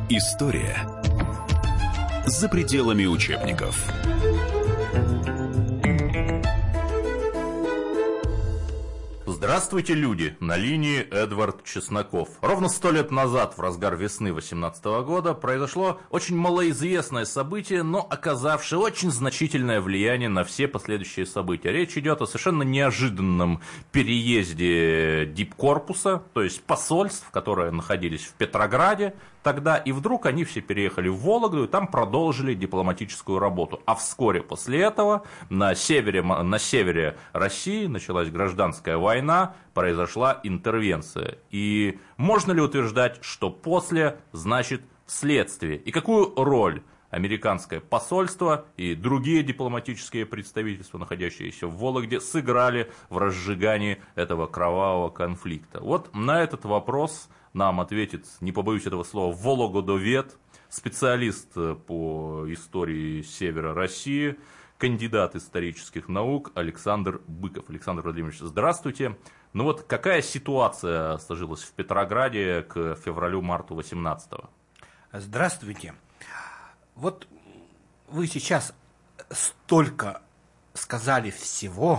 История за пределами учебников. Здравствуйте, люди! На линии Эдвард Чесноков. Ровно 100 лет назад, в разгар весны 18 года, произошло очень малоизвестное событие, но оказавшее очень значительное влияние на все последующие события. Речь идет о совершенно неожиданном переезде дипкорпуса, то есть посольств, которые находились в Петрограде тогда, и вдруг они все переехали в Вологду и там продолжили дипломатическую работу. А вскоре после этого на севере России началась гражданская война, произошла интервенция. И можно ли утверждать, что после значит вследствие? И какую роль американское посольство и другие дипломатические представительства, находящиеся в Вологде, сыграли в разжигании этого кровавого конфликта? Вот на этот вопрос нам ответит, не побоюсь этого слова, вологодовед, специалист по истории севера России, кандидат исторических наук Александр Быков. Александр Владимирович, здравствуйте. Ну вот какая ситуация сложилась в Петрограде к февралю-марту 18-го? Здравствуйте. Вот вы сейчас столько сказали всего,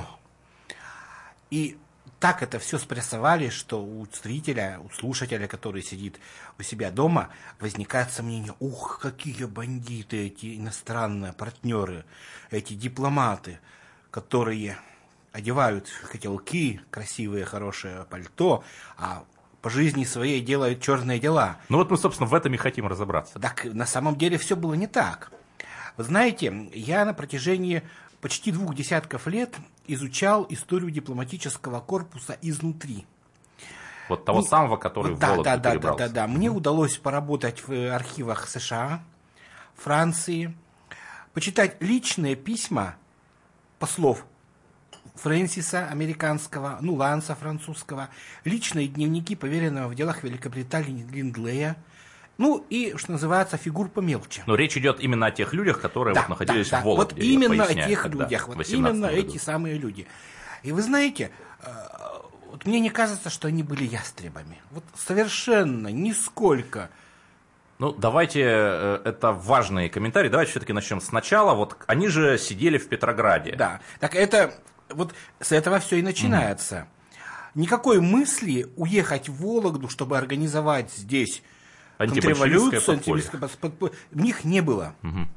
и так это все спрессовали, что у зрителя, у слушателя, который сидит у себя дома, возникает сомнение: ух, какие бандиты эти иностранные партнеры, эти дипломаты, которые одевают котелки, красивые, хорошее пальто, а по жизни своей делают черные дела. Ну вот мы, собственно, в этом и хотим разобраться. Так на самом деле все было не так. Вы знаете, я на протяжении почти 2 десятков лет изучал историю дипломатического корпуса изнутри. Вот того самого, который в Вологду перебрался. Да. Мне удалось поработать в архивах США, Франции, почитать личные письма послов Фрэнсиса американского, Ланса французского, личные дневники поверенного в делах Великобритании Линдлея, и, что называется, фигур помелче. Но речь идет именно о тех людях, которые находились в Вологде. Вот именно о тех людях, вот именно эти самые люди. И вы знаете, вот мне не кажется, что они были ястребами. Вот совершенно, нисколько. Давайте, это важный комментарий, давайте все-таки начнем сначала. Вот они же сидели в Петрограде. Да, так это, вот с этого все и начинается. Никакой мысли уехать в Вологду, чтобы организовать здесь контрреволюцию, у них не было.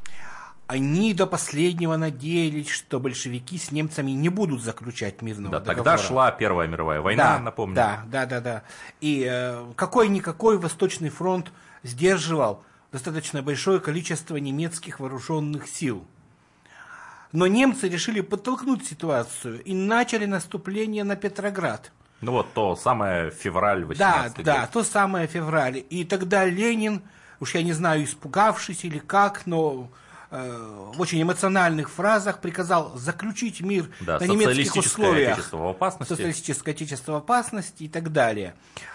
Они до последнего надеялись, что большевики с немцами не будут заключать мирного договора. Тогда шла Первая мировая война, напомню. Да. И какой-никакой Восточный фронт сдерживал достаточно большое количество немецких вооруженных сил. Но немцы решили подтолкнуть ситуацию и начали наступление на Петроград. То самое февраль 18 Да, то самое февраль. И тогда Ленин, уж я не знаю, испугавшись или как, но в очень эмоциональных фразах приказал заключить мир на немецких условиях. Социалистическое отечество в опасности и так далее.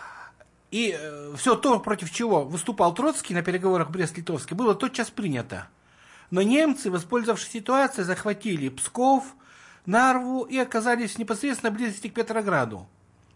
И все то, против чего выступал Троцкий на переговорах Брест-Литовске, было тотчас принято. Но немцы, воспользовавшись ситуацией, захватили Псков, Нарву и оказались в непосредственной близости к Петрограду.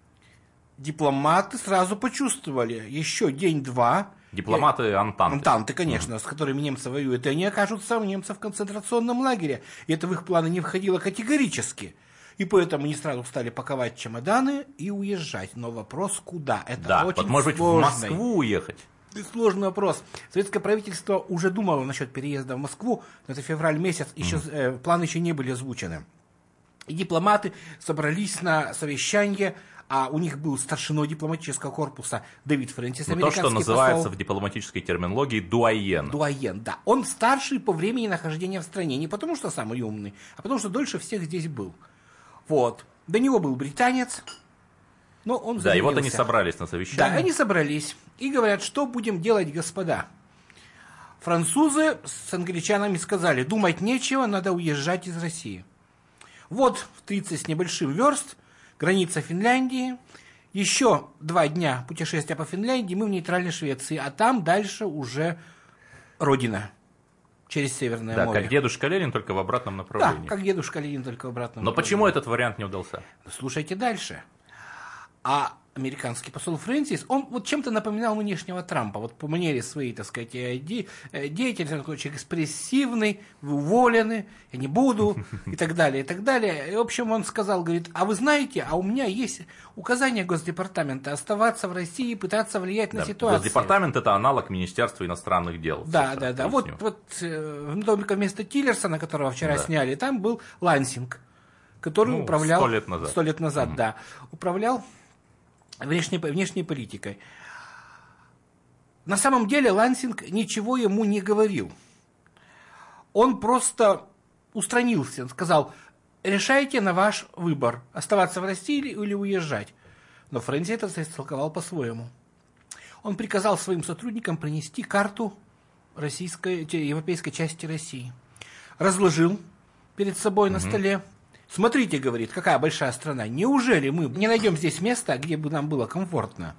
Дипломаты сразу почувствовали, еще день-два. Дипломаты Антанты. Антанты, конечно, с которыми немцы воюют. И они окажутся у немцев в концентрационном лагере. И это в их планы не входило категорически. И поэтому они сразу стали паковать чемоданы и уезжать. Но вопрос куда? Это очень сложный. Может быть, в Москву уехать? Сложный вопрос. Советское правительство уже думало насчет переезда в Москву, но это февраль месяц, планы еще не были озвучены. И дипломаты собрались на совещание, а у них был старшиной дипломатического корпуса Дэвид Фрэнсис, американский посол. То, что называется в дипломатической терминологии дуаен. Дуаен, да. Он старший по времени нахождения в стране, не потому что самый умный, а потому что дольше всех здесь был. Вот. До него был британец, но он заявился. Да, и вот они собрались на совещании. Да, они собрались и говорят, что будем делать, господа. Французы с англичанами сказали: думать нечего, надо уезжать из России. Вот в 30 с небольшим верст граница Финляндии, еще 2 дня путешествия по Финляндии, мы в нейтральной Швеции, а там дальше уже родина. через Северное море. Да, как дедушка Ленин, только в обратном направлении. Да, как дедушка Ленин, только в обратном Но направлении. почему этот вариант не удался? Слушайте дальше. А американский посол Фрэнсис, он вот чем-то напоминал нынешнего Трампа, вот по манере своей, так сказать, деятельности, он такой человек экспрессивный, вы уволены, я не буду, и так далее, и так далее. И, в общем, он сказал, говорит, а вы знаете, а у меня есть указание Госдепартамента оставаться в России и пытаться влиять на ситуацию. Госдепартамент – это аналог Министерства иностранных дел. Да. Вот вместо Тиллерсона, которого вчера сняли, там был Лансинг, который управлял 100 лет назад, управлял внешней политикой. На самом деле Лансинг ничего ему не говорил. Он просто устранился. Он сказал, решайте на ваш выбор, оставаться в России или уезжать. Но Фрэнсис это истолковал по-своему. Он приказал своим сотрудникам принести карту европейской части России. Разложил перед собой на столе. Смотрите, говорит, какая большая страна. Неужели мы не найдем здесь места, где бы нам было комфортно?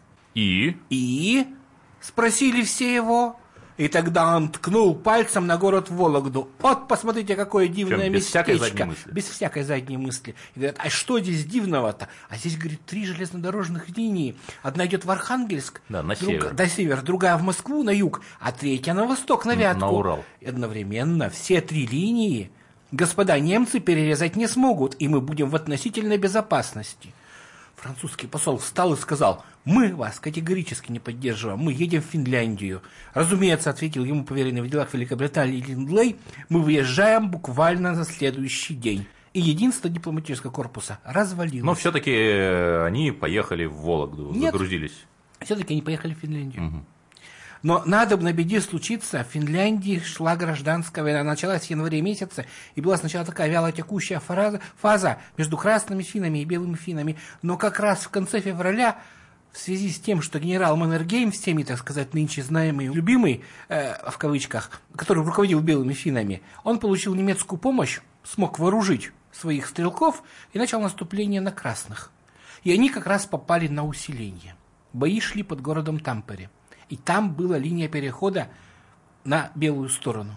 И спросили все его. И тогда он ткнул пальцем на город Вологду. Вот, посмотрите, какое дивное местечко. Без всякой задней мысли. И говорят, а что здесь дивного-то? А здесь, говорит, 3 железнодорожных линии. Одна идет в Архангельск, на север, другая в Москву, на юг, а третья на восток, на Вятку. На Урал. И одновременно все 3 линии господа немцы перерезать не смогут, и мы будем в относительной безопасности. Французский посол встал и сказал, мы вас категорически не поддерживаем, мы едем в Финляндию. Разумеется, ответил ему поверенный в делах Великобритании Линдлей, мы выезжаем буквально на следующий день. И единство дипломатического корпуса развалилось. Но все-таки они поехали в Вологду, загрузились. Все-таки они поехали в Финляндию. Но надо бы на беде случиться, в Финляндии шла гражданская война, началась в январе месяце, и была сначала такая вялотекущая фаза между красными финнами и белыми финнами, но как раз в конце февраля, в связи с тем, что генерал Маннергейм, всеми, так сказать, нынче знаемый, любимый, в кавычках, который руководил белыми финнами, он получил немецкую помощь, смог вооружить своих стрелков и начал наступление на красных. И они как раз попали на усиление. Бои шли под городом Тампере. И там была линия перехода на белую сторону.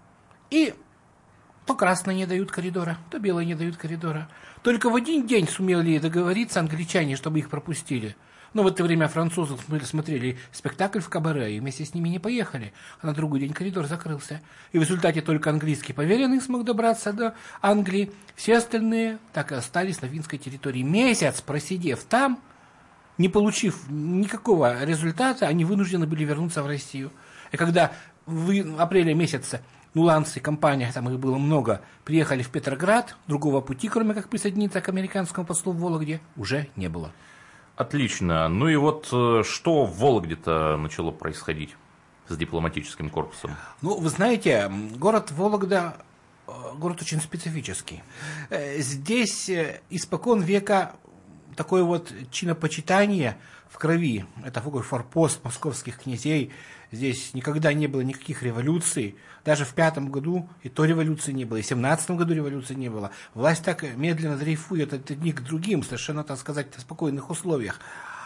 И то красные не дают коридора, то белые не дают коридора. Только в один день сумели договориться англичане, чтобы их пропустили. Но в это время французы смотрели спектакль в кабаре и вместе с ними не поехали. А на другой день коридор закрылся. И в результате только английский поверенный смог добраться до Англии. Все остальные так и остались на финской территории. Месяц просидев там, не получив никакого результата, они вынуждены были вернуться в Россию. И когда в апреле месяце нуланцы, компания, там их было много, приехали в Петроград, другого пути, кроме как присоединиться к американскому послу в Вологде, уже не было. Отлично. Ну и вот что в Вологде-то начало происходить с дипломатическим корпусом? Ну, вы знаете, город Вологда, город очень специфический. Здесь испокон века такое вот чинопочитание в крови. Это такой форпост московских князей. Здесь никогда не было никаких революций. Даже в 5 году и то революции не было, и в 17 году революции не было. Власть так медленно дрейфует от одних к другим, совершенно, так сказать, в спокойных условиях.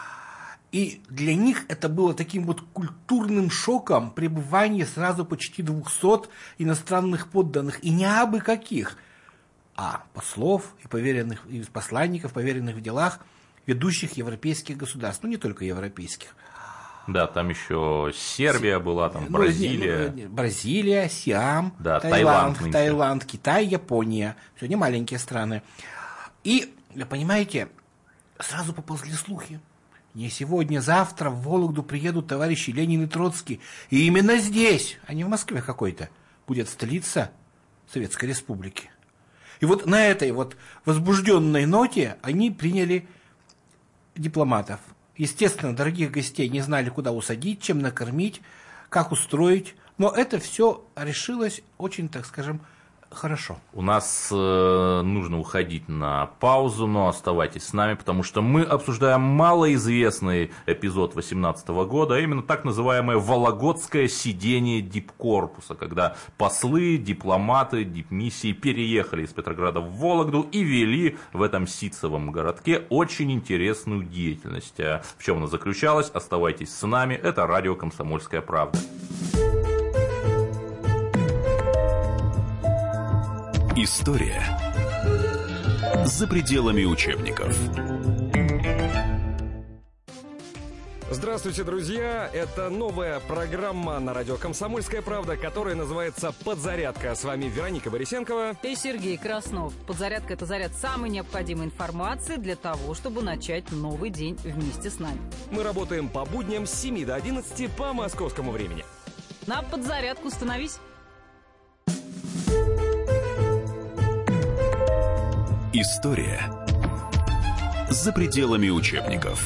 И для них это было таким вот культурным шоком пребывание сразу почти 200 иностранных подданных, и не абы каких, а послов и поверенных, и посланников, поверенных в делах ведущих европейских государств, ну не только европейских. Да, там еще Сербия была, там Бразилия. Бразилия, Сиам, да, Таиланд, Китай, Япония. Все не маленькие страны. И, вы понимаете, сразу поползли слухи. Не сегодня, завтра в Вологду приедут товарищи Ленин и Троцкий. И именно здесь, а не в Москве какой-то, будет столица Советской Республики. И вот на этой вот возбужденной ноте они приняли дипломатов. Естественно, дорогих гостей не знали, куда усадить, чем накормить, как устроить. Но это все решилось очень, так скажем, хорошо. У нас нужно уходить на паузу, но оставайтесь с нами, потому что мы обсуждаем малоизвестный эпизод 2018 года, а именно так называемое вологодское сидение дипкорпуса, когда послы, дипломаты, дипмиссии переехали из Петрограда в Вологду и вели в этом ситцевом городке очень интересную деятельность. А в чем она заключалась? Оставайтесь с нами, это радио «Комсомольская правда». История за пределами учебников. Здравствуйте, друзья! Это новая программа на радио «Комсомольская правда», которая называется «Подзарядка». С вами Вероника Борисенкова и Сергей Краснов. Подзарядка – это заряд самой необходимой информации для того, чтобы начать новый день вместе с нами. Мы работаем по будням с 7 до 11 по московскому времени. На подзарядку становись. История за пределами учебников.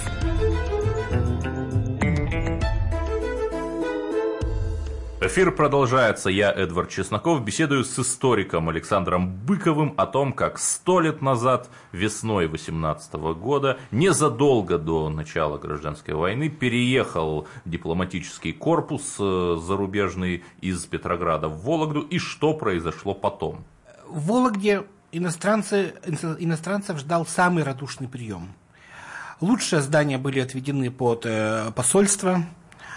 Эфир продолжается. Я, Эдвард Чесноков, беседую с историком Александром Быковым о том, как 100 лет назад, весной 18 года, незадолго до начала гражданской войны, переехал дипломатический корпус зарубежный из Петрограда в Вологду, и что произошло потом. В Вологде иностранцев ждал самый радушный прием. Лучшие здания были отведены под посольство.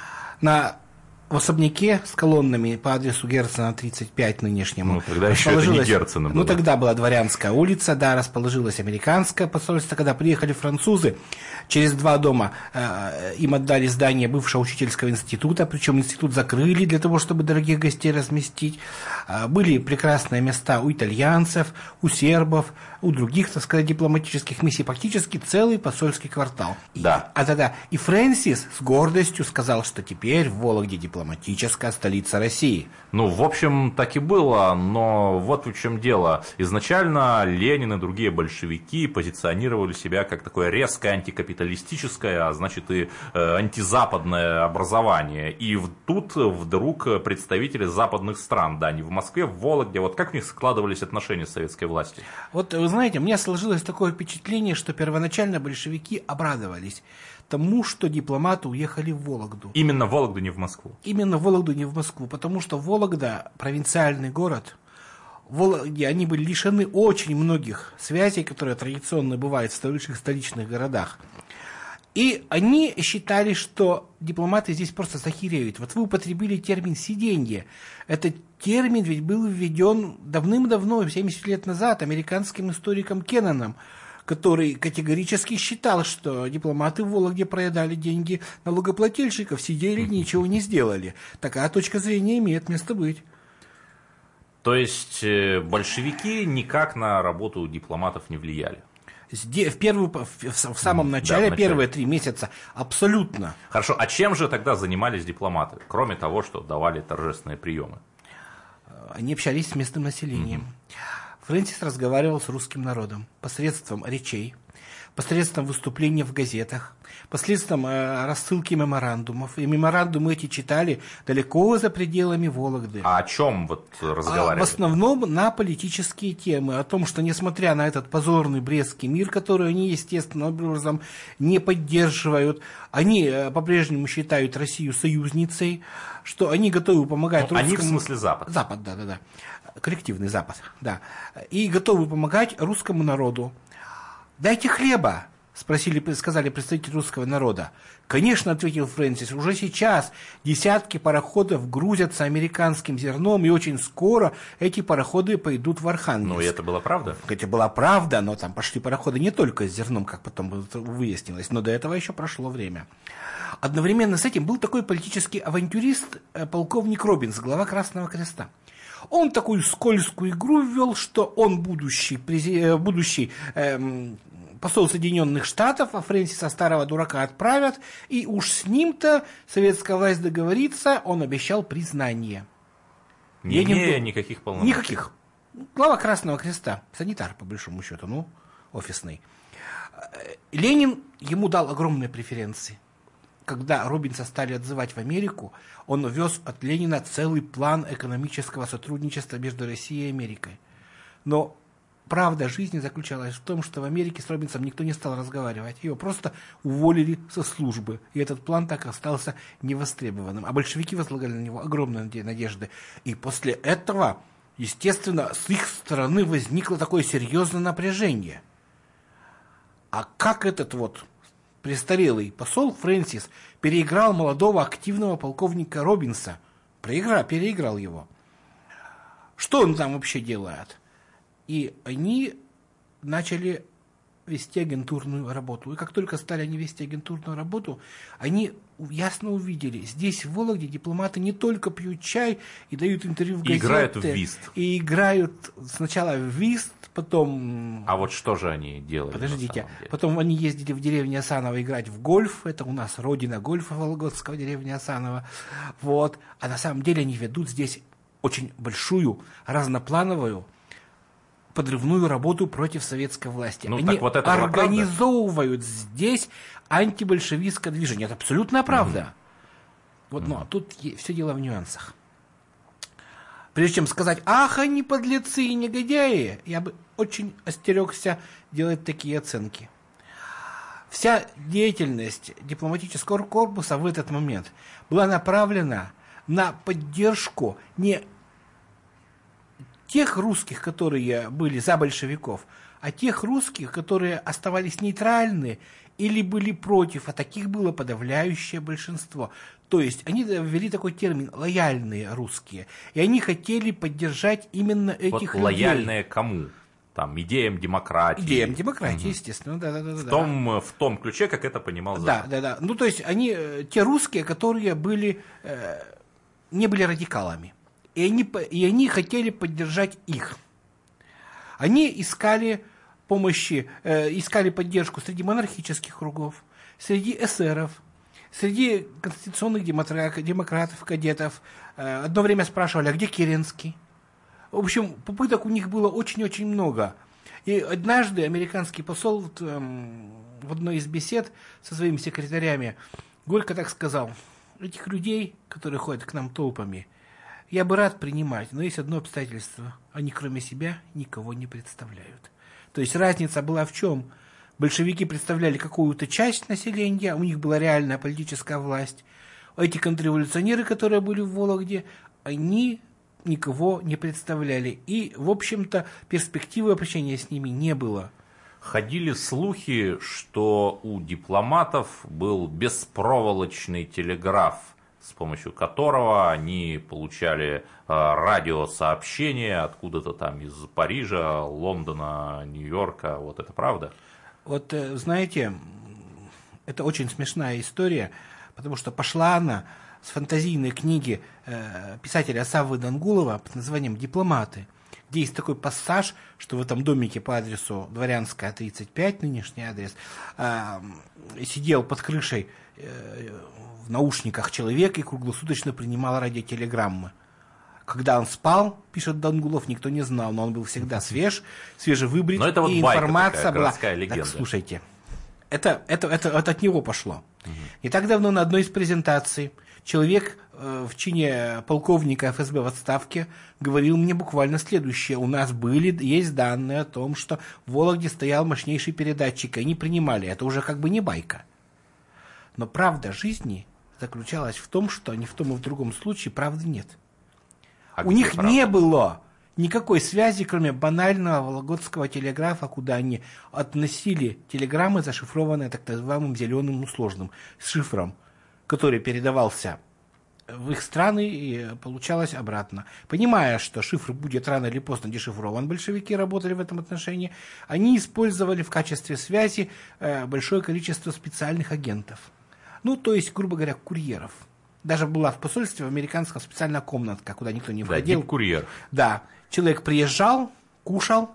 В особняке с колоннами по адресу Герцена 35 нынешнему. Ну, тогда еще это не Герцена было. Ну, тогда была Дворянская улица, да, расположилось американское посольство. Когда приехали французы, через 2 дома им отдали здание бывшего учительского института, причем институт закрыли для того, чтобы дорогих гостей разместить. Были прекрасные места у итальянцев, у сербов, у других, так сказать, дипломатических миссий. Фактически целый посольский квартал. Да. И Фрэнсис с гордостью сказал, что теперь в Вологде дипломатическая столица России. Ну, в общем, так и было, но вот в чем дело. Изначально Ленин и другие большевики позиционировали себя как такое резкое антикапиталистическое, а значит и антизападное образование. И тут вдруг представители западных стран, да, не в Москве, в Вологде, вот как в них складывались отношения с советской властью? Вот, вы знаете, у меня сложилось такое впечатление, что первоначально большевики обрадовались тому, что дипломаты уехали в Вологду. Именно в Вологду, не в Москву. Именно в Вологду, не в Москву, потому что Вологда – провинциальный город. В Вологде они были лишены очень многих связей, которые традиционно бывают в больших столичных городах. И они считали, что дипломаты здесь просто захереют. Вот вы употребили термин «сиденье». Этот термин ведь был введен давным-давно, 70 лет назад, американским историком Кенноном, который категорически считал, что дипломаты в Вологде проедали деньги налогоплательщиков, сидели, ничего не сделали. Такая точка зрения имеет место быть. То есть большевики никак на работу дипломатов не влияли? В самом начале, первые 3 месяца, абсолютно. Хорошо, а чем же тогда занимались дипломаты, кроме того, что давали торжественные приемы? Они общались с местным населением. Фрэнсис разговаривал с русским народом посредством речей, посредством выступлений в газетах, посредством рассылки меморандумов. И меморандумы эти читали далеко за пределами Вологды. А о чем вот разговаривали? В основном на политические темы. О том, что несмотря на этот позорный Брестский мир, который они естественным образом не поддерживают, они по-прежнему считают Россию союзницей, что они готовы помогать русскому... Они в смысле Запад? Запад, да. Коллективный Запад, да. И готовы помогать русскому народу. «Дайте хлеба», сказали представители русского народа. «Конечно», — ответил Фрэнсис, — «уже сейчас десятки пароходов грузятся американским зерном, и очень скоро эти пароходы пойдут в Архангельск». Ну, и это была правда? Это была правда, но там пошли пароходы не только с зерном, как потом выяснилось, но до этого еще прошло время. Одновременно с этим был такой политический авантюрист, полковник Робинс, глава Красного Креста. Он такую скользкую игру ввел, что он будущий посол Соединенных Штатов, а Фрэнсиса старого дурака отправят, и уж с ним-то советская власть договорится, он обещал признание. Не имея никаких полномочий. Никаких. Глава Красного Креста, санитар, по большому счету, офисный. Ленин ему дал огромные преференции. Когда Робинса стали отзывать в Америку, он вез от Ленина целый план экономического сотрудничества между Россией и Америкой. Но правда жизни заключалась в том, что в Америке с Робинсом никто не стал разговаривать. Его просто уволили со службы. И этот план так остался невостребованным. А большевики возлагали на него огромные надежды. И после этого, естественно, с их стороны возникло такое серьезное напряжение. А как этот престарелый посол Фрэнсис переиграл молодого активного полковника Робинса? Переиграл его. Что он там вообще делает? И они начали вести агентурную работу. И как только стали они вести агентурную работу, они ясно увидели, здесь, в Вологде, дипломаты не только пьют чай и дают интервью в газеты. И играют в вист. И играют сначала в вист, потом... А вот что же они делали? Подождите. Потом они ездили в деревню Асаново играть в гольф. Это у нас родина гольфа вологодского, деревня Асаново. Вот. А на самом деле они ведут здесь очень большую, разноплановую, подрывную работу против советской власти. Ну, они вот это организовывают здесь антибольшевистское движение. Это абсолютная правда. Вот, но тут все дело в нюансах. Прежде чем сказать, ах, они подлецы и негодяи, я бы очень остерегся делать такие оценки. Вся деятельность дипломатического корпуса в этот момент была направлена на поддержку не тех русских, которые были за большевиков, а тех русских, которые оставались нейтральны или были против, а таких было подавляющее большинство. То есть они ввели такой термин «лояльные русские», и они хотели поддержать именно этих людей. Лояльные кому? Там, идеям демократии. Идеям демократии, естественно, да. В том ключе, как это понимал Запад. Да. Ну, то есть они, те русские, которые были, не были радикалами. И они хотели поддержать их. Они искали помощи, искали поддержку среди монархических кругов, среди эсеров, среди конституционных демократов, кадетов. Одно время спрашивали, а где Керенский? В общем, попыток у них было очень-очень много. И однажды американский посол в одной из бесед со своими секретарями горько так сказал: этих людей, которые ходят к нам толпами, я бы рад принимать, но есть одно обстоятельство. Они кроме себя никого не представляют. То есть разница была в чем? Большевики представляли какую-то часть населения, у них была реальная политическая власть. Эти контрреволюционеры, которые были в Вологде, они никого не представляли. И, в общем-то, перспективы общения с ними не было. Ходили слухи, что у дипломатов был беспроволочный телеграф, с помощью которого они получали радиосообщения откуда-то там из Парижа, Лондона, Нью-Йорка. Вот это правда? Вот, знаете, это очень смешная история, потому что пошла она с фантазийной книги писателя Саввы Дангулова под названием «Дипломаты», где есть такой пассаж, что в этом домике по адресу Дворянская, 35, нынешний адрес, сидел под крышей в наушниках человек и круглосуточно принимал радиотелеграммы. Когда он спал, пишет Дангулов, никто не знал, но он был всегда свежевыбрит, но это вот и информация такая, была... городская легенда. Так, слушайте, это от него пошло. Не так давно на одной из презентаций человек в чине полковника ФСБ в отставке говорил мне буквально следующее. У нас есть данные о том, что в Вологде стоял мощнейший передатчик, и они принимали. Это уже как бы не байка. Но правда жизни заключалась в том, что ни в том и в другом случае правды нет. У них правда? Не было никакой связи, кроме банального вологодского телеграфа, куда они относили телеграммы, зашифрованные так называемым зеленым сложным шифром, который передавался в их страны и получалось обратно. Понимая, что шифр будет рано или поздно дешифрован, большевики работали в этом отношении, они использовали в качестве связи большое количество специальных агентов. Ну, то есть, грубо говоря, курьеров. Даже была в посольстве в американском специальная комнатка, куда никто не входил. Да, курьер. Да. Человек приезжал, кушал,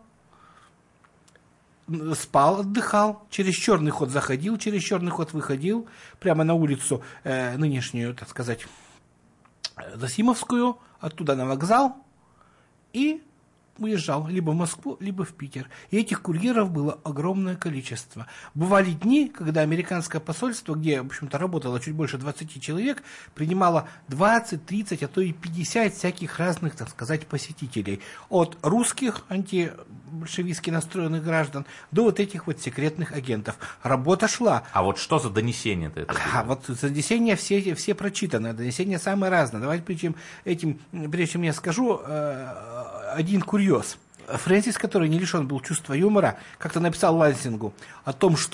спал, отдыхал, через черный ход заходил, через черный ход выходил, прямо на улицу нынешнюю, так сказать, Зосимовскую, оттуда на вокзал и уезжал либо в Москву, либо в Питер. И этих курьеров было огромное количество. Бывали дни, когда американское посольство, где, в общем-то, работало чуть больше 20 человек, принимало 20, 30, а то и 50 всяких разных, так сказать, посетителей. От русских, антибольшевистски настроенных граждан, до вот этих вот секретных агентов. Работа шла. А вот что за донесения-то это было? Вот донесения все прочитаны. Донесения самые разные. Давайте, прежде чем я скажу, один курьез. Фрэнсис, который не лишен был чувства юмора, как-то написал Лансингу о том, что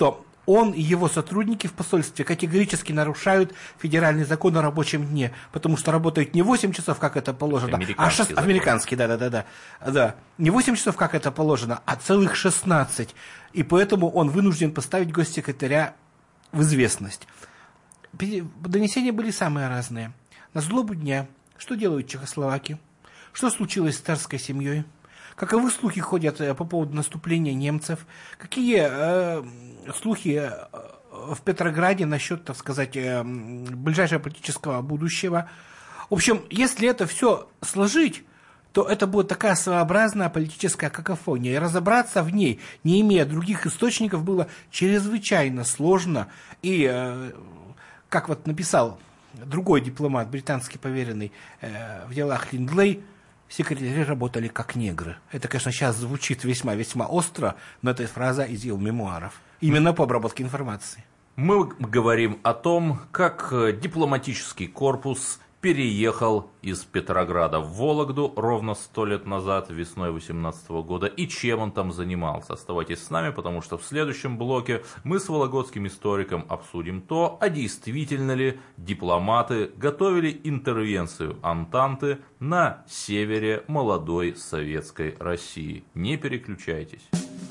он и его сотрудники в посольстве категорически нарушают федеральный закон о рабочем дне, потому что работают не 8 часов, как это положено, американский, да. Не 8 часов, как это положено, а целых 16. И поэтому он вынужден поставить госсекретаря в известность. Донесения были самые разные. На злобу дня. Что делают чехословаки? Что случилось с царской семьей? Каковы слухи ходят по поводу наступления немцев? Какие слухи в Петрограде насчет, так сказать, ближайшего политического будущего? В общем, если это все сложить, то это будет такая своеобразная политическая какофония. И разобраться в ней, не имея других источников, было чрезвычайно сложно. И, как вот написал другой дипломат, британский поверенный в делах Линдлей, секретари работали как негры. Это, конечно, сейчас звучит весьма-весьма остро, но это фраза из его мемуаров. Именно по обработке информации. Мы говорим о том, как дипломатический корпус переехал из Петрограда в Вологду ровно 100 лет назад, весной 2018 года, и чем он там занимался. Оставайтесь с нами, потому что в следующем блоке мы с вологодским историком обсудим то, а действительно ли дипломаты готовили интервенцию Антанты на севере молодой советской России. Не переключайтесь.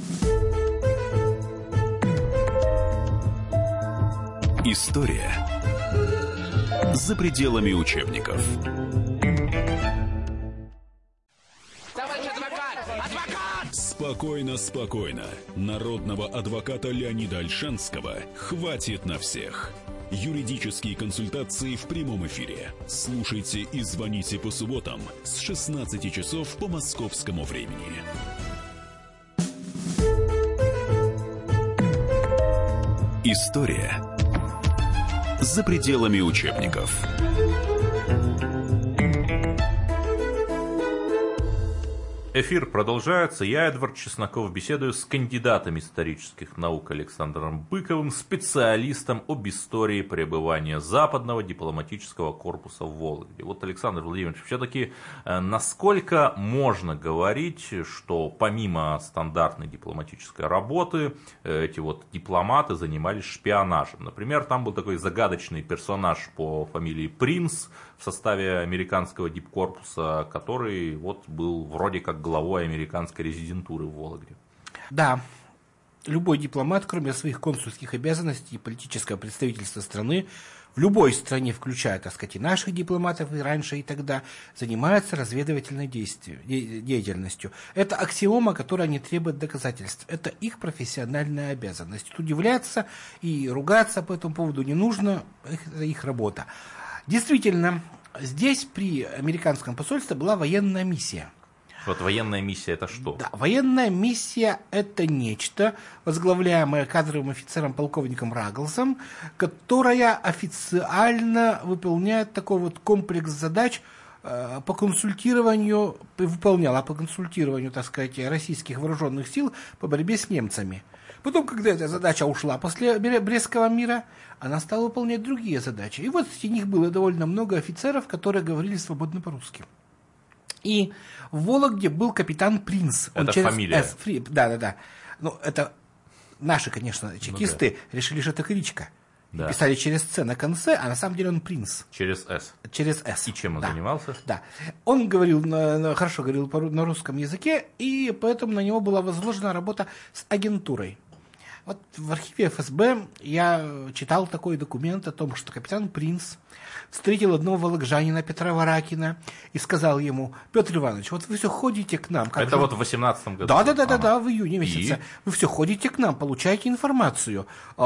История за пределами учебников. Товарищ адвокат! Адвокат! Спокойно, спокойно. Народного адвоката Леонида Ольшанского хватит на всех. Юридические консультации в прямом эфире. Слушайте и звоните по субботам с 16 часов по московскому времени. История за пределами учебников. Эфир продолжается. Я, Эдвард Чесноков, беседую с кандидатом исторических наук Александром Быковым, специалистом об истории пребывания Западного дипломатического корпуса в Вологде. Вот, Александр Владимирович, все-таки насколько можно говорить, что помимо стандартной дипломатической работы, эти вот дипломаты занимались шпионажем? Например, там был такой загадочный персонаж по фамилии Принц в составе американского дипкорпуса, который вот был вроде как главой американской резидентуры в Вологде. Да, любой дипломат, кроме своих консульских обязанностей и политического представительства страны, в любой стране, включая, так сказать, и наших дипломатов, и раньше, и тогда, занимается разведывательной деятельностью. Это аксиома, которая не требует доказательств. Это их профессиональная обязанность. Удивляться и ругаться по этому поводу не нужно, это их работа. Действительно, здесь при американском посольстве была военная миссия. Вот военная миссия это что? Да, военная миссия это нечто, возглавляемое кадровым офицером полковником Рагглсом, которая официально выполняет такой вот комплекс задач по консультированию, так сказать, российских вооруженных сил по борьбе с немцами. Потом, когда эта задача ушла после Брестского мира, она стала выполнять другие задачи. И вот среди них было довольно много офицеров, которые говорили свободно по-русски. И в Вологде был капитан Принц. Это фамилия. Да. Ну, это наши, конечно, чекисты решили, что это кличка. Да. Писали через «Ц» на конце, а на самом деле он Принц. Через «С». Через «С». И чем он занимался? Да. Он говорил хорошо говорил на русском языке, и поэтому на него была возложена работа с агентурой. Вот в архиве ФСБ я читал такой документ о том, что капитан Принц встретил одного вологжанина Петра Варакина и сказал ему: Петр Иванович, вот вы все ходите к нам. Это вот в 18-м году? Да, в июне месяце. И? Вы все ходите к нам, получаете информацию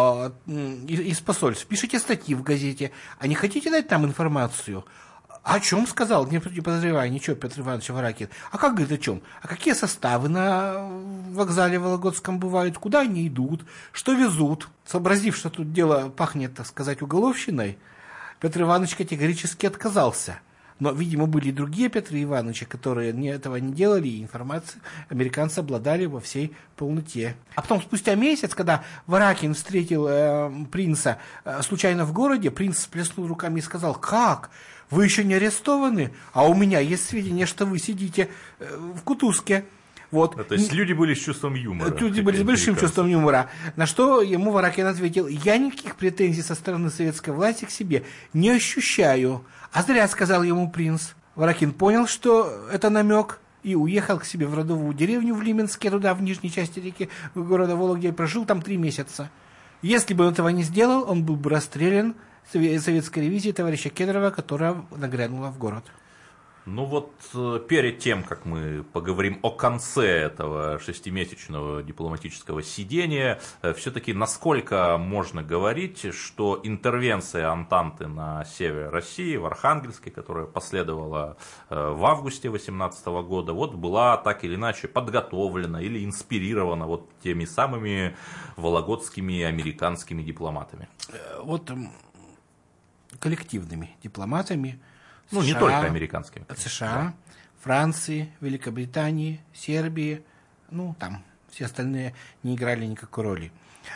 из посольств, пишите статьи в газете. А не хотите дать нам информацию? О чем сказал? Не подозревая ничего, Петр Иванович Варакин. А как, говорит, о чем? А какие составы на вокзале Вологодском бывают? Куда они идут? Что везут? Сообразив, что тут дело пахнет, так сказать, уголовщиной, Петр Иванович категорически отказался. Но, видимо, были и другие Петры Ивановича, которые этого не делали, и информацией американцы обладали во всей полноте. А потом, спустя месяц, когда Варакин встретил принца случайно в городе, принц всплеснул руками и сказал: «Как? Вы еще не арестованы? А у меня есть сведения, что вы сидите в кутузке». Вот. То есть люди были с чувством юмора. Люди были с большим чувством юмора. На что ему Варакин ответил: я никаких претензий со стороны советской власти к себе не ощущаю. А зря, сказал ему принц. Варакин понял, что это намек, и уехал к себе в родовую деревню в Лименске, туда, в нижней части реки города Вологде, и прожил там 3 месяца. Если бы он этого не сделал, он был бы расстрелян советской ревизией товарища Кедрова, которая нагрянула в город. Ну вот перед тем, как мы поговорим о конце этого 6-месячного дипломатического сидения, все-таки насколько можно говорить, что интервенция Антанты на севере России, в Архангельске, которая последовала в августе 2018 года, вот была так или иначе подготовлена или инспирирована вот теми самыми вологодскими американскими дипломатами? Вот коллективными дипломатами. Ну, не только американскими. США, Франции, Великобритании, Сербии, ну, там все остальные не играли никакой роли.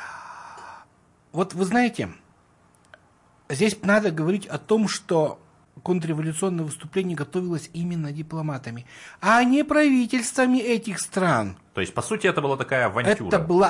Вот вы знаете, здесь надо говорить о том, что контрреволюционное выступление готовилось именно дипломатами, а не правительствами этих стран. То есть, по сути, это была такая авантюра. Это была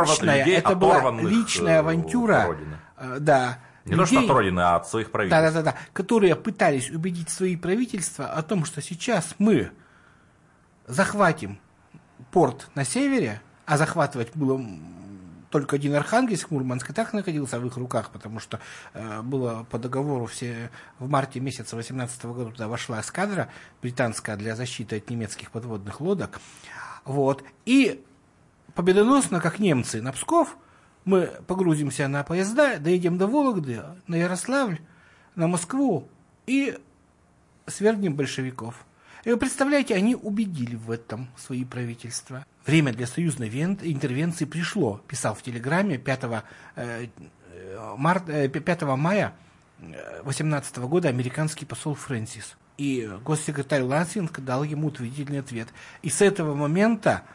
личная авантюра. Да. Не то, что от родины, а от своих правительств. Да, которые пытались убедить свои правительства о том, что сейчас мы захватим порт на севере, а захватывать было только один Архангельск, Мурманск и так находился в их руках, потому что было по договору в марте месяца 2018 года туда вошла эскадра британская для защиты от немецких подводных лодок. Вот. И победоносно, как немцы, на Псков, мы погрузимся на поезда, доедем до Вологды, на Ярославль, на Москву и свергнем большевиков. И вы представляете, они убедили в этом свои правительства. Время для союзной интервенции пришло, писал в телеграмме 5 мая 2018 года американский посол Фрэнсис. И госсекретарь Лансинг дал ему утвердительный ответ. И с этого момента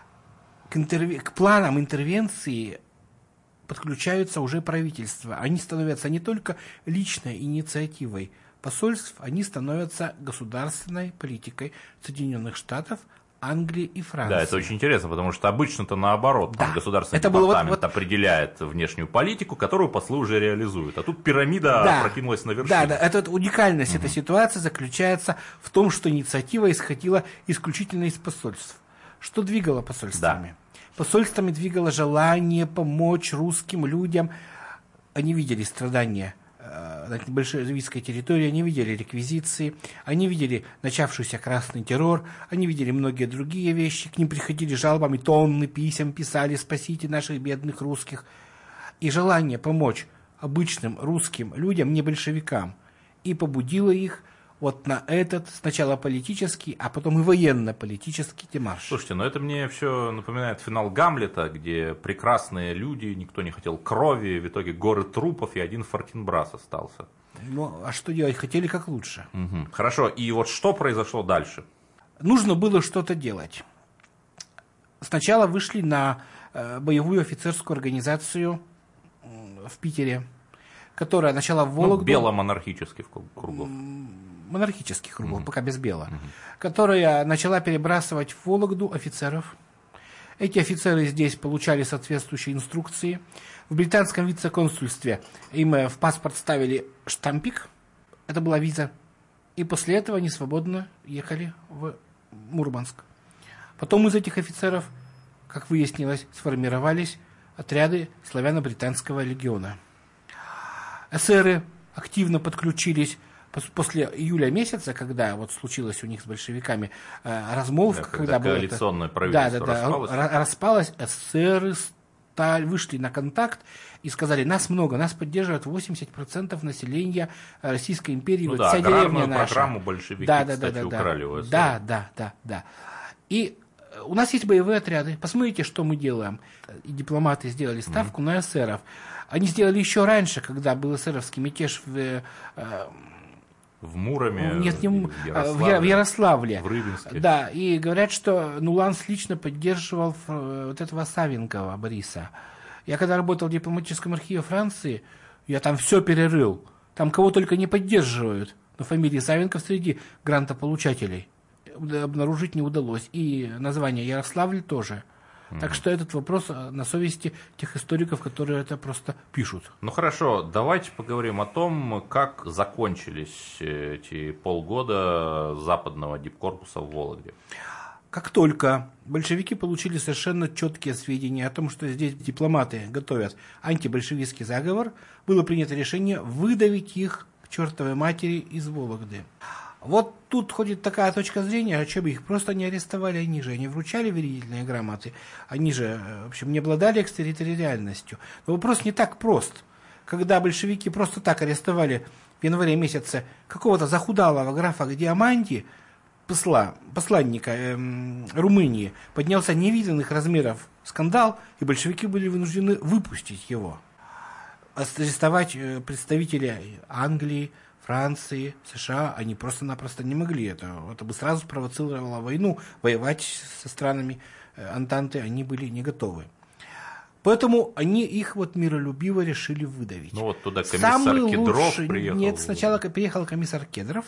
к планам интервенции подключаются уже правительства. Они становятся не только личной инициативой посольств, они становятся государственной политикой Соединенных Штатов, Англии и Франции. Да, это очень интересно, потому что обычно-то наоборот. Там государственный департамент определяет внешнюю политику, которую послы уже реализуют. А тут пирамида опрокинулась на вершину. Да, это уникальность этой ситуации заключается в том, что инициатива исходила исключительно из посольств. Что двигало посольствами? Да. Посольствами двигало желание помочь русским людям. Они видели страдания на большевистской территории, они видели реквизиции, они видели начавшийся красный террор, они видели многие другие вещи. К ним приходили жалобами, тонны писем писали: спасите наших бедных русских. И желание помочь обычным русским людям, не большевикам, и побудило их вот на этот сначала политический, а потом и военно-политический демарш. Слушайте, это мне все напоминает финал Гамлета, где прекрасные люди, никто не хотел крови, в итоге горы трупов и один Фортинбрас остался. Ну, а что делать? Хотели как лучше. Угу. Хорошо, и вот что произошло дальше? Нужно было что-то делать. Сначала вышли на боевую офицерскую организацию в Питере, которая начала в Вологду... беломонархических кругов. Монархических кругов, пока без бела. Которая начала перебрасывать в Вологду офицеров. Эти офицеры здесь получали соответствующие инструкции. В британском вице-консульстве им в паспорт ставили штампик. Это была виза. И после этого они свободно ехали в Мурманск. Потом из этих офицеров, как выяснилось, сформировались отряды славяно-британского легиона. Эсеры активно подключились после июля месяца, когда вот случилось у них с большевиками размолвка, когда коалиционное правительство распалось, эсеры вышли на контакт и сказали: нас много, нас поддерживает 80% населения Российской империи, вот вся деревня наша. Программу большевики, кстати, украли у эсеров. Да. И у нас есть боевые отряды. Посмотрите, что мы делаем. И дипломаты сделали ставку на эсеров. Они сделали еще раньше, когда был эсеровский мятеж в Муроме, в Ярославле. В Рыбинске. Да, и говорят, что Нуланс лично поддерживал вот этого Савенкова Бориса. Я когда работал в дипломатическом архиве Франции, я там все перерыл. Там кого только не поддерживают. Но фамилии Савенков среди грантополучателей. обнаружить не удалось. И название Ярославль тоже. Так что этот вопрос на совести тех историков, которые это просто пишут. Ну хорошо, давайте поговорим о том, как закончились эти полгода западного дипкорпуса в Вологде. Как только большевики получили совершенно четкие сведения о том, что здесь дипломаты готовят антибольшевистский заговор, было принято решение выдавить их к чертовой матери из Вологды. Вот тут ходит такая точка зрения, а что бы их просто не арестовали, они же не вручали верительные грамоты, они же, в общем, не обладали экстерриториальностью. Но вопрос не так прост. Когда большевики просто так арестовали в январе месяце какого-то захудалого графа Диаманти, посланника Румынии, поднялся невиданных размеров скандал, и большевики были вынуждены выпустить его. Арестовать представителей Англии, Франции, США они просто-напросто не могли. Это бы сразу спровоцировало войну. Воевать со странами Антанты они были не готовы. Поэтому они их вот миролюбиво решили выдавить. Ну вот туда комиссар Кедров приехал. Нет, сначала приехал комиссар Кедров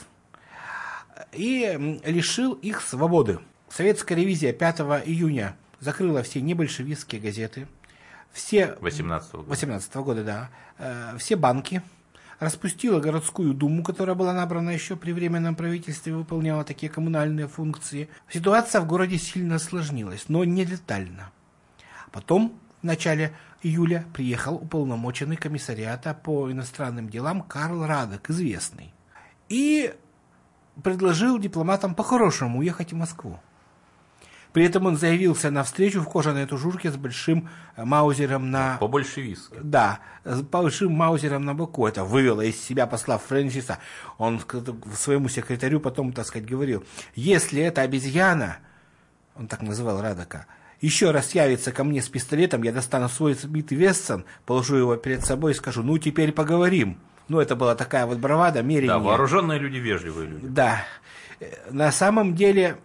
и лишил их свободы. Советская ревизия 5 июня закрыла все небольшевистские газеты, все 18 года, да, все банки, распустила городскую думу, которая была набрана еще при Временном правительстве, выполняла такие коммунальные функции. Ситуация в городе сильно осложнилась, но не летально. Потом, в начале июля, приехал уполномоченный комиссариата по иностранным делам Карл Радек, известный, и предложил дипломатам по-хорошему уехать в Москву. При этом он заявился на встречу в кожаной тужурке с большим маузером на... По-большевистски. Да, с большим маузером на боку. Это вывело из себя посла Фрэнсиса. Он своему секретарю потом, так сказать, говорил, если эта обезьяна, он так называл Радека, еще раз явится ко мне с пистолетом, я достану свой битый Вессон, положу его перед собой и скажу, ну теперь поговорим. Ну это была такая вот бравада, мерение. Да, вооруженные люди, вежливые люди. Да. На самом деле...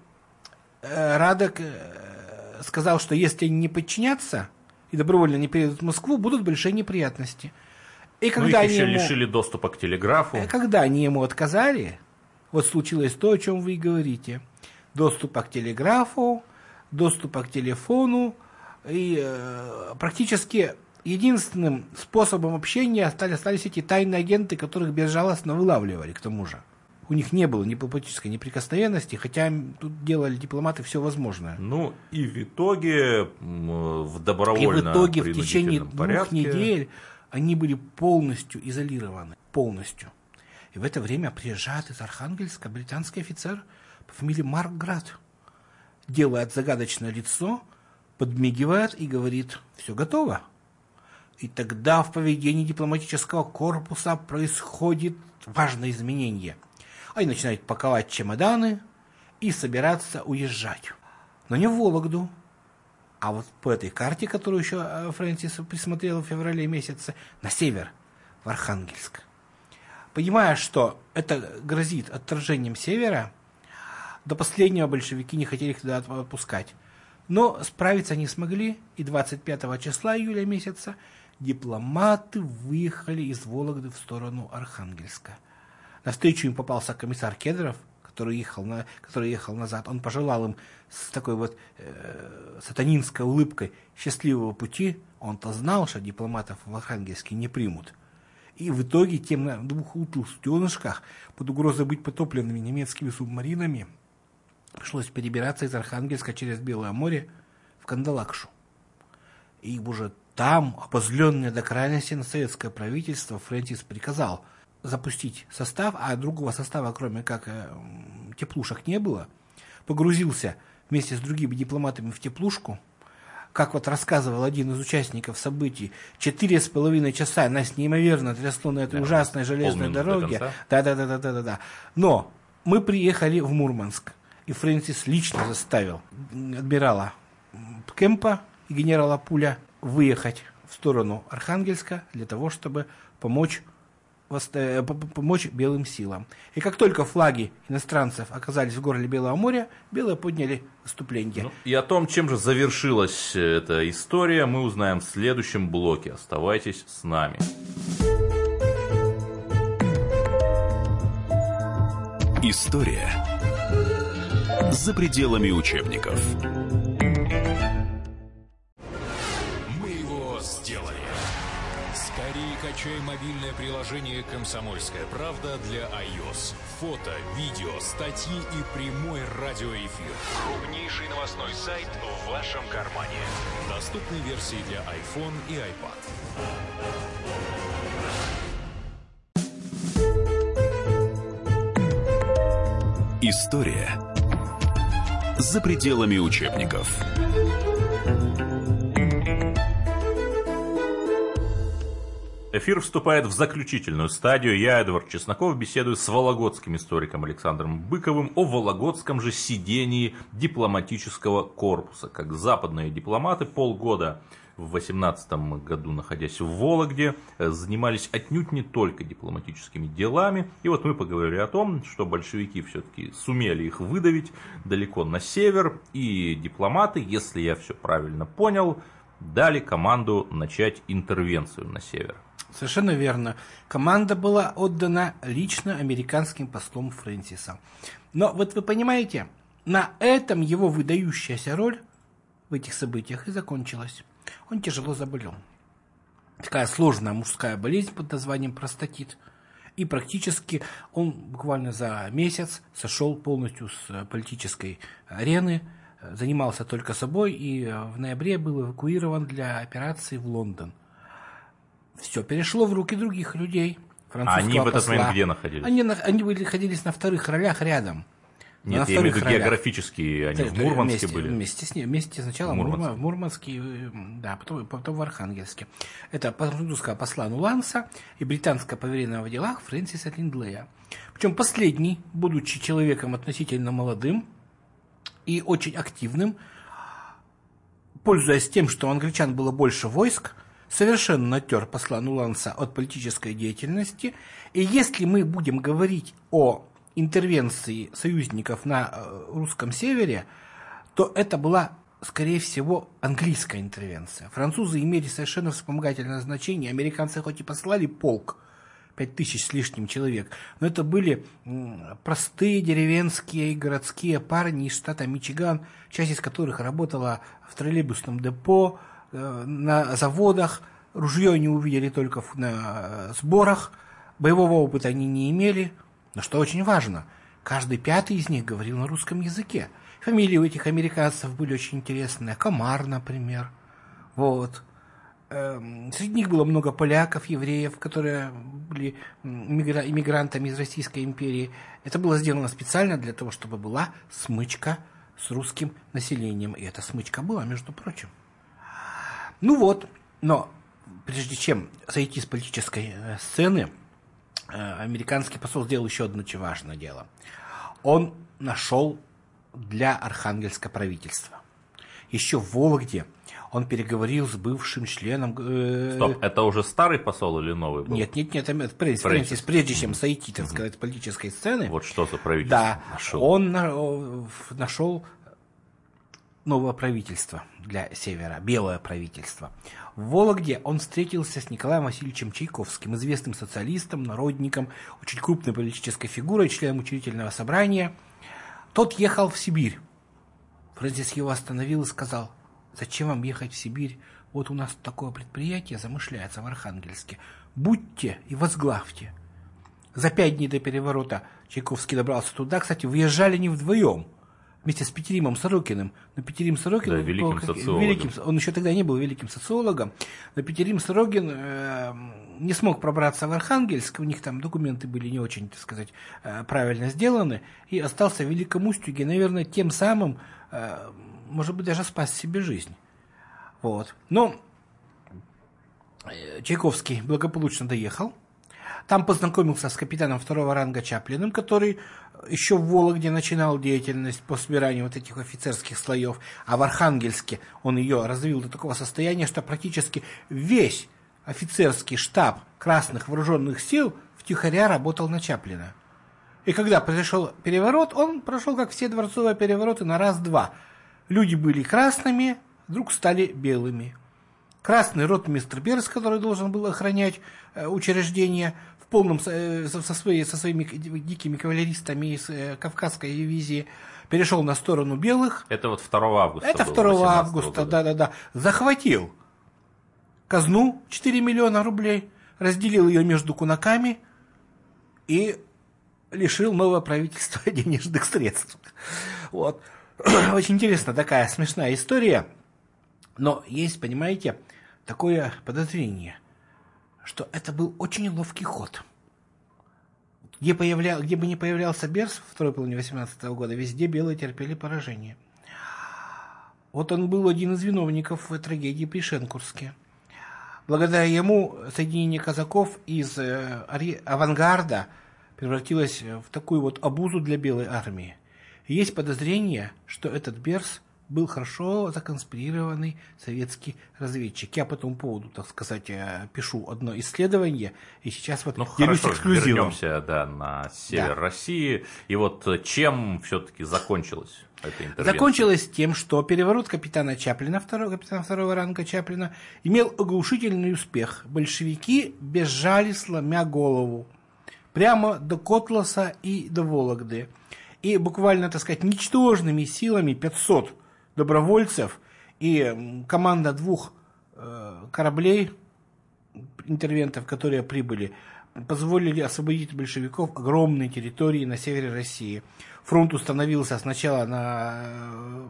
Радек сказал, что если они не подчинятся и добровольно не перейдут в Москву, будут большие неприятности. И когда их еще лишили доступа к телеграфу. Когда они ему отказали, вот случилось то, о чем вы и говорите. Доступа к телеграфу, доступа к телефону. И практически единственным способом общения остались эти тайные агенты, которых безжалостно вылавливали, к тому же. У них не было ни дипломатической неприкосновенности, хотя тут делали дипломаты все возможное. Ну и в итоге в добровольно-принудительном в течение 2 недель они были полностью изолированы. Полностью. И в это время приезжает из Архангельска британский офицер по фамилии Марк Град. Делает загадочное лицо, подмигивает и говорит, все готово. И тогда в поведении дипломатического корпуса происходит важное изменение. Они начинают паковать чемоданы и собираться уезжать. Но не в Вологду, а вот по этой карте, которую еще Фрэнсис присмотрел в феврале месяце, на север, в Архангельск. Понимая, что это грозит отторжением севера, до последнего большевики не хотели их туда отпускать. Но справиться не смогли, и 25 числа июля месяца дипломаты выехали из Вологды в сторону Архангельска. Навстречу им попался комиссар Кедров, который ехал назад. Он пожелал им с такой вот сатанинской улыбкой счастливого пути. Он-то знал, что дипломатов в Архангельске не примут. И в итоге тем на 2 утлых суденышках под угрозой быть потопленными немецкими субмаринами пришлось перебираться из Архангельска через Белое море в Кандалакшу. И уже там, обозленное до крайности на советское правительство, Фрэнсис приказал запустить состав, а другого состава, кроме как теплушек, не было. Погрузился вместе с другими дипломатами в теплушку. Как вот рассказывал один из участников событий, 4,5 часа нас неимоверно трясло на этой ужасной железной дороге. Да. Но мы приехали в Мурманск, и Фрэнсис лично заставил адмирала Кемпа и генерала Пуля выехать в сторону Архангельска для того, чтобы помочь белым силам. И как только флаги иностранцев оказались в горле Белого моря, белые подняли выступление. И о том, чем же завершилась эта история, мы узнаем в следующем блоке. Оставайтесь с нами. История За пределами учебников. Мы его сделали. Скорее качай мобильное приложение «Комсомольская правда» для iOS. Фото, видео, статьи и прямой радиоэфир. Крупнейший новостной сайт в вашем кармане. Доступны версии для iPhone и iPad. История за пределами учебников. Эфир вступает в заключительную стадию. Я, Эдвард Чесноков, беседую с вологодским историком Александром Быковым о вологодском же сидении дипломатического корпуса. Как западные дипломаты полгода в 18 году, находясь в Вологде, занимались отнюдь не только дипломатическими делами. И вот мы поговорили о том, что большевики все-таки сумели их выдавить далеко на север. И дипломаты, если я все правильно понял, дали команду начать интервенцию на север. Совершенно верно. Команда была отдана лично американским послом Фрэнсисом. Но вот вы понимаете, на этом его выдающаяся роль в этих событиях и закончилась. Он тяжело заболел. Такая сложная мужская болезнь под названием простатит. И практически он буквально за месяц сошел полностью с политической арены, занимался только собой и в ноябре был эвакуирован для операции в Лондон. Все перешло в руки других людей. Они в этот момент где находились? Они находились на вторых ролях рядом. Нет, я имею в виду географически, они в Мурманске были. Вместе сначала в Мурманске, да, потом в Архангельске. Это французского посла Нуланса и британского поверенного в делах Фрэнсиса Линдлея. Причем последний, будучи человеком относительно молодым и очень активным, пользуясь тем, что у англичан было больше войск, совершенно оттер посла Нуланса от политической деятельности. И если мы будем говорить о интервенции союзников на русском севере, то это была, скорее всего, английская интервенция. Французы имели совершенно вспомогательное значение. Американцы хоть и послали полк, 5000 с лишним человек, но это были простые деревенские и городские парни из штата Мичиган, часть из которых работала в троллейбусном депо, на заводах. Ружье они увидели только на сборах, боевого опыта они не имели. Но что очень важно, каждый пятый из них говорил на русском языке. Фамилии у этих американцев были очень интересные. Комар, например. Вот. Среди них было много поляков, евреев, которые были иммигрантами из Российской империи. Это было сделано специально для того, чтобы была смычка с русским населением. И эта смычка была, между прочим. Ну вот, но прежде чем сойти с политической сцены, американский посол сделал еще одно очень важное дело. Он нашел для Архангельска правительства. Еще в Вологде он переговорил с бывшим членом... Стоп, это уже старый посол или новый был? Нет, это Фрэнсис, прежде чем сойти, так сказать, с политической сцены. Вот что за правительство нашел? Он нашел новое правительство для Севера, белое правительство. В Вологде он встретился с Николаем Васильевичем Чайковским, известным социалистом, народником, очень крупной политической фигурой, членом учредительного собрания. Тот ехал в Сибирь. Фрэнсис его остановил и сказал: «Зачем вам ехать в Сибирь? Вот у нас такое предприятие замышляется в Архангельске. Будьте и возглавьте». За 5 дней до переворота Чайковский добрался туда. Кстати, выезжали не вдвоем, вместе с Петеримом Сорокиным. Но Петерим Сорокин, да, великим социологом. Он еще тогда не был великим социологом, но Петерим Сорокин не смог пробраться в Архангельск, у них там документы были не очень, так сказать, правильно сделаны, и остался в Великом Устюге, наверное, тем самым, может быть, даже спас себе жизнь. Вот. Но Чайковский благополучно доехал. Там познакомился с капитаном 2-го ранга Чаплиным, который еще в Вологде начинал деятельность по собиранию вот этих офицерских слоев, а в Архангельске он ее развил до такого состояния, что практически весь офицерский штаб Красных Вооруженных Сил втихаря работал на Чаплина. И когда произошел переворот, он прошел, как все дворцовые перевороты, на раз-два. Люди были красными, вдруг стали белыми. Красный ротмистр Берс, который должен был охранять учреждение, в полном, со своими дикими кавалеристами из Кавказской дивизии, перешел на сторону белых. Это вот 2 августа. Это 2 августа, да. Захватил казну 4 миллиона рублей, разделил ее между кунаками и лишил новое правительство денежных средств. Вот. Очень интересная такая смешная история. Но есть, понимаете, такое подозрение, что это был очень ловкий ход. Где бы ни появлялся Берс в второй половине 18 года, везде белые терпели поражение. Вот он был один из виновников трагедии при Шенкурске. Благодаря ему соединение казаков из авангарда превратилось в такую вот обузу для белой армии. И есть подозрение, что этот Берс был хорошо законспирированный советский разведчик. Я по этому поводу, так сказать, пишу одно исследование, и сейчас вот делюсь эксклюзивом. Вернемся, на север России. И вот чем все-таки закончилась эта интервенция? Закончилась тем, что переворот капитана второго ранга Чаплина, имел оглушительный успех. Большевики бежали, сломя голову, прямо до Котласа и до Вологды. И буквально, так сказать, ничтожными силами 500 добровольцев и команда 2 кораблей, интервентов, которые прибыли, позволили освободить большевиков огромные территории на севере России. Фронт установился сначала на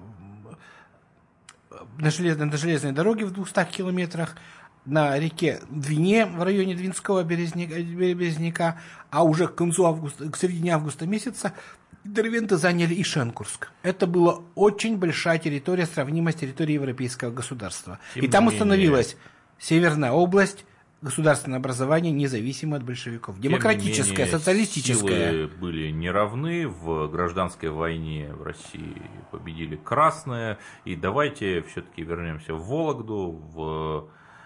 железной дороге в 200 километрах, на реке Двине в районе Двинского березняка, а уже к середине августа месяца интервенты заняли и Шенкурск. Это была очень большая территория, сравнимая с территорией европейского государства. И там установилась Северная область, государственное образование, независимое от большевиков. Демократическое, социалистическое. Силы были неравны. В гражданской войне в России победили красные. И давайте все-таки вернемся в Вологду. В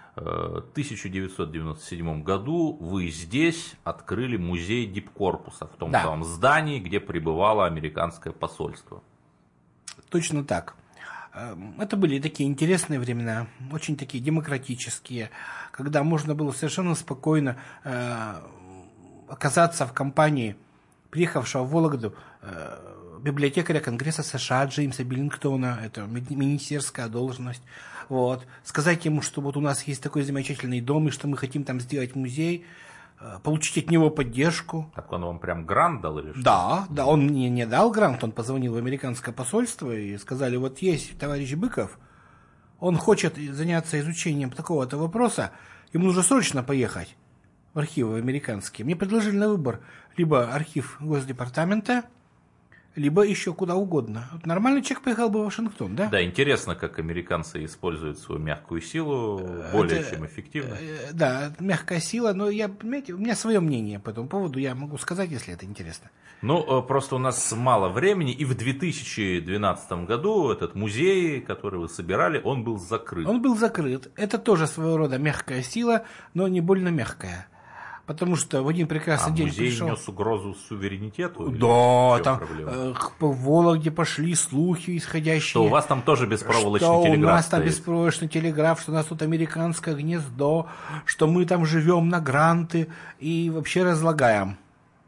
1997 году вы здесь открыли музей дипкорпуса в том самом здании, где пребывало американское посольство. Точно так. Это были такие интересные времена, очень такие демократические, когда можно было совершенно спокойно оказаться в компании приехавшего в Вологду библиотекаря Конгресса США Джеймса Биллингтона, это министерская должность, вот, сказать ему, что вот у нас есть такой замечательный дом, и что мы хотим там сделать музей, получить от него поддержку. Так он вам прям грант дал или что? Да, он мне не дал грант, он позвонил в американское посольство и сказали, вот есть товарищ Быков, он хочет заняться изучением такого-то вопроса, ему нужно срочно поехать в архивы американские. Мне предложили на выбор либо архив Госдепартамента, либо еще куда угодно. Вот нормальный человек поехал бы в Вашингтон, да? Да, интересно, как американцы используют свою мягкую силу более чем эффективно. Да, мягкая сила, но понимаете, у меня свое мнение по этому поводу, я могу сказать, если это интересно. Ну, просто у нас мало времени, и в 2012 году этот музей, который вы собирали, он был закрыт. Он был закрыт. Это тоже своего рода мягкая сила, но не больно мягкая. Потому что в один прекрасный день музей пришел... нес угрозу суверенитету? Да, там по Вологде пошли слухи исходящие. Что у вас там тоже беспроволочный телеграф стоит. У нас там беспроволочный телеграф, что у нас тут американское гнездо, что мы там живем на гранты и вообще разлагаем.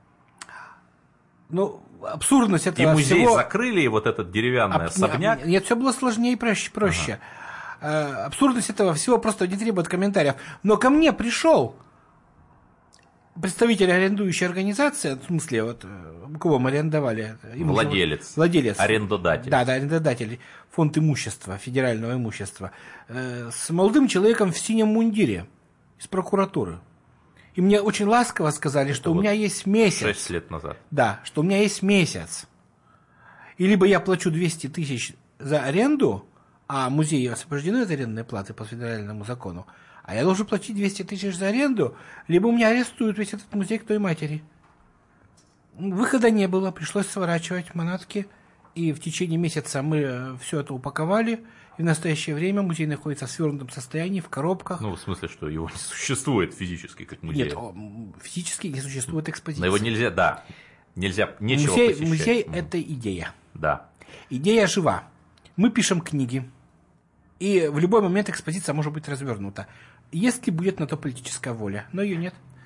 Ну, абсурдность этого всего... И музей всего... закрыли, и вот этот деревянный особняк? Нет, все было сложнее и проще. Ага. Абсурдность этого всего просто не требует комментариев. Но ко мне пришел представитель арендующей организации, в смысле, вот, кого мы арендовали? Владелец. Арендодатель. Да, арендодатель. Фонд имущества, федерального имущества. С молодым человеком в синем мундире из прокуратуры. И мне очень ласково сказали, что у меня есть месяц. 6 лет назад. Да, что у меня есть месяц. И либо я плачу 200 тысяч за аренду, а музеи освобождены от арендной платы по федеральному закону, а я должен платить 200 тысяч за аренду, либо у меня арестуют весь этот музей к той матери. Выхода не было, пришлось сворачивать манатки, и в течение месяца мы все это упаковали, и в настоящее время музей находится в свернутом состоянии, в коробках. Ну, в смысле, что его не существует физически как музей? Нет, физически не существует экспозиции. Но его нельзя, да, нечего посещать. Музей – это идея. Да. Идея жива. Мы пишем книги, и в любой момент экспозиция может быть развернута, если будет на то политическая воля, но ее нет.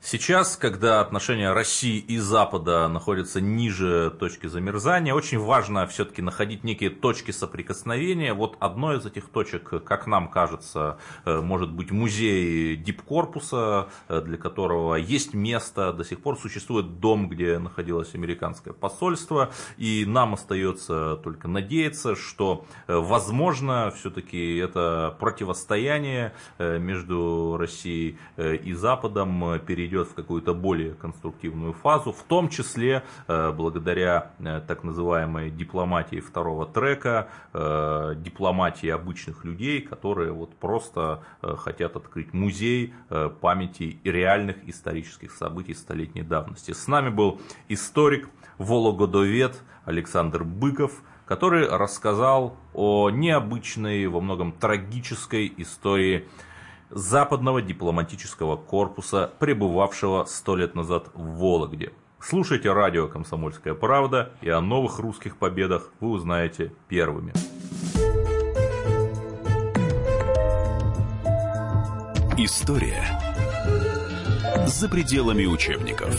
Сейчас, когда отношения России и Запада находятся ниже точки замерзания, очень важно все-таки находить некие точки соприкосновения. Вот одной из этих точек, как нам кажется, может быть музей Дипкорпуса, для которого есть место, до сих пор существует дом, где находилось американское посольство, и нам остается только надеяться, что, возможно, все-таки это противостояние между Россией и Западом перейдет в какую-то более конструктивную фазу, в том числе благодаря так называемой дипломатии второго трека, дипломатии обычных людей, которые вот просто хотят открыть музей памяти и реальных исторических событий столетней давности. С нами был историк, вологодовед Александр Быков, который рассказал о необычной, во многом трагической истории Западного дипломатического корпуса, пребывавшего 100 лет назад в Вологде. Слушайте радио «Комсомольская правда», и о новых русских победах вы узнаете первыми. История за пределами учебников.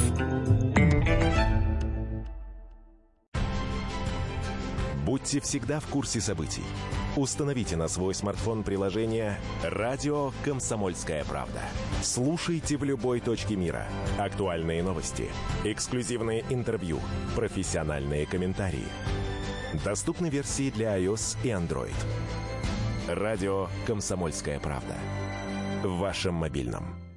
Будьте всегда в курсе событий. Установите на свой смартфон приложение «Радио Комсомольская правда». Слушайте в любой точке мира. Актуальные новости, эксклюзивные интервью, профессиональные комментарии. Доступны версии для iOS и Android. «Радио Комсомольская правда». В вашем мобильном.